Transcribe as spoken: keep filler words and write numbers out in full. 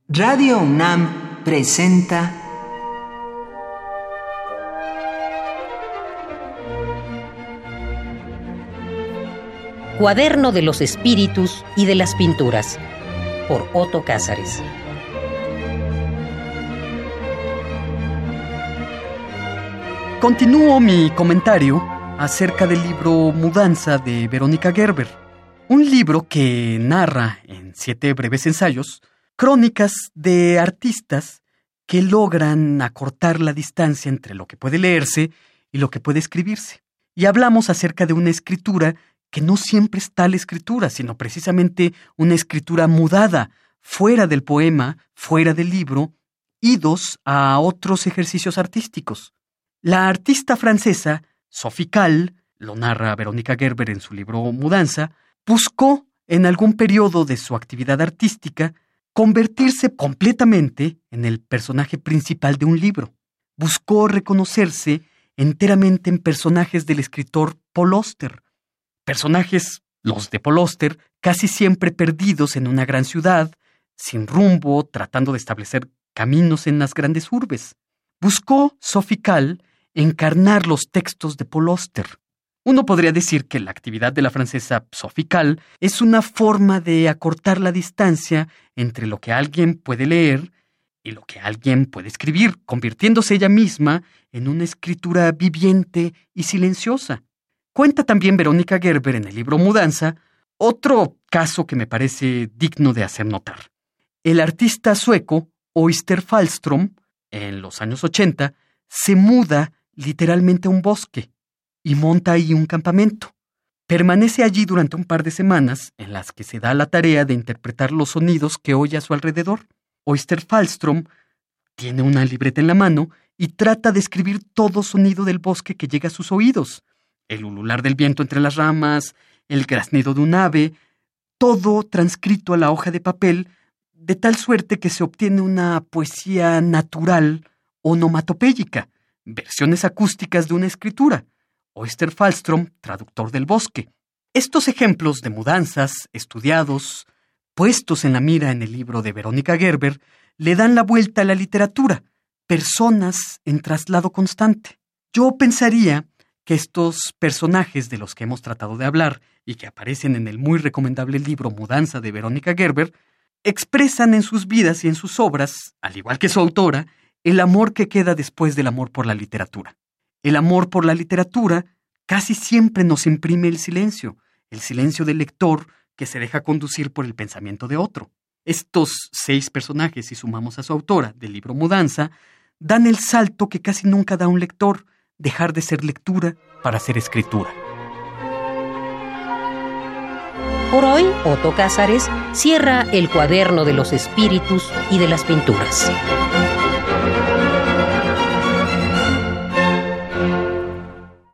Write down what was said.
Radio UNAM presenta Cuaderno de los Espíritus y de las Pinturas, por Otto Cázares. Continúo mi comentario acerca del libro Mudanza de Verónica Gerber, un libro que narra en siete breves ensayos crónicas de artistas que logran acortar la distancia entre lo que puede leerse y lo que puede escribirse. Y hablamos acerca de una escritura que no siempre es tal escritura, sino precisamente una escritura mudada, fuera del poema, fuera del libro, idos a otros ejercicios artísticos. La artista francesa Sophie Calle, lo narra Verónica Gerber en su libro Mudanza, buscó en algún periodo de su actividad artística convertirse completamente en el personaje principal de un libro. Buscó reconocerse enteramente en personajes del escritor Paul Auster. Personajes, los de Paul Auster, casi siempre perdidos en una gran ciudad, sin rumbo, tratando de establecer caminos en las grandes urbes. Buscó Sophie Calle encarnar los textos de Paul Auster. Uno podría decir que la actividad de la francesa Sophie Calle es una forma de acortar la distancia entre lo que alguien puede leer y lo que alguien puede escribir, convirtiéndose ella misma en una escritura viviente y silenciosa. Cuenta también Verónica Gerber en el libro Mudanza otro caso que me parece digno de hacer notar. El artista sueco Oyster Fahlström, en los años ochenta, se muda literalmente a un bosque y monta ahí un campamento. Permanece allí durante un par de semanas en las que se da la tarea de interpretar los sonidos que oye a su alrededor. Oyster Fahlström tiene una libreta en la mano y trata de escribir todo sonido del bosque que llega a sus oídos. El ulular del viento entre las ramas, el graznido de un ave, todo transcrito a la hoja de papel, de tal suerte que se obtiene una poesía natural onomatopéyica, versiones acústicas de una escritura. Oyster Fahlström, traductor del bosque. Estos ejemplos de mudanzas estudiados, puestos en la mira en el libro de Verónica Gerber, le dan la vuelta a la literatura, personas en traslado constante. Yo pensaría que estos personajes de los que hemos tratado de hablar y que aparecen en el muy recomendable libro Mudanza de Verónica Gerber, expresan en sus vidas y en sus obras, al igual que su autora, el amor que queda después del amor por la literatura. El amor por la literatura casi siempre nos imprime el silencio, el silencio del lector que se deja conducir por el pensamiento de otro. Estos seis personajes, si sumamos a su autora del libro Mudanza, dan el salto que casi nunca da un lector, dejar de ser lectura para ser escritura. Por hoy, Otto Cázares cierra el Cuaderno de los Espíritus y de las Pinturas.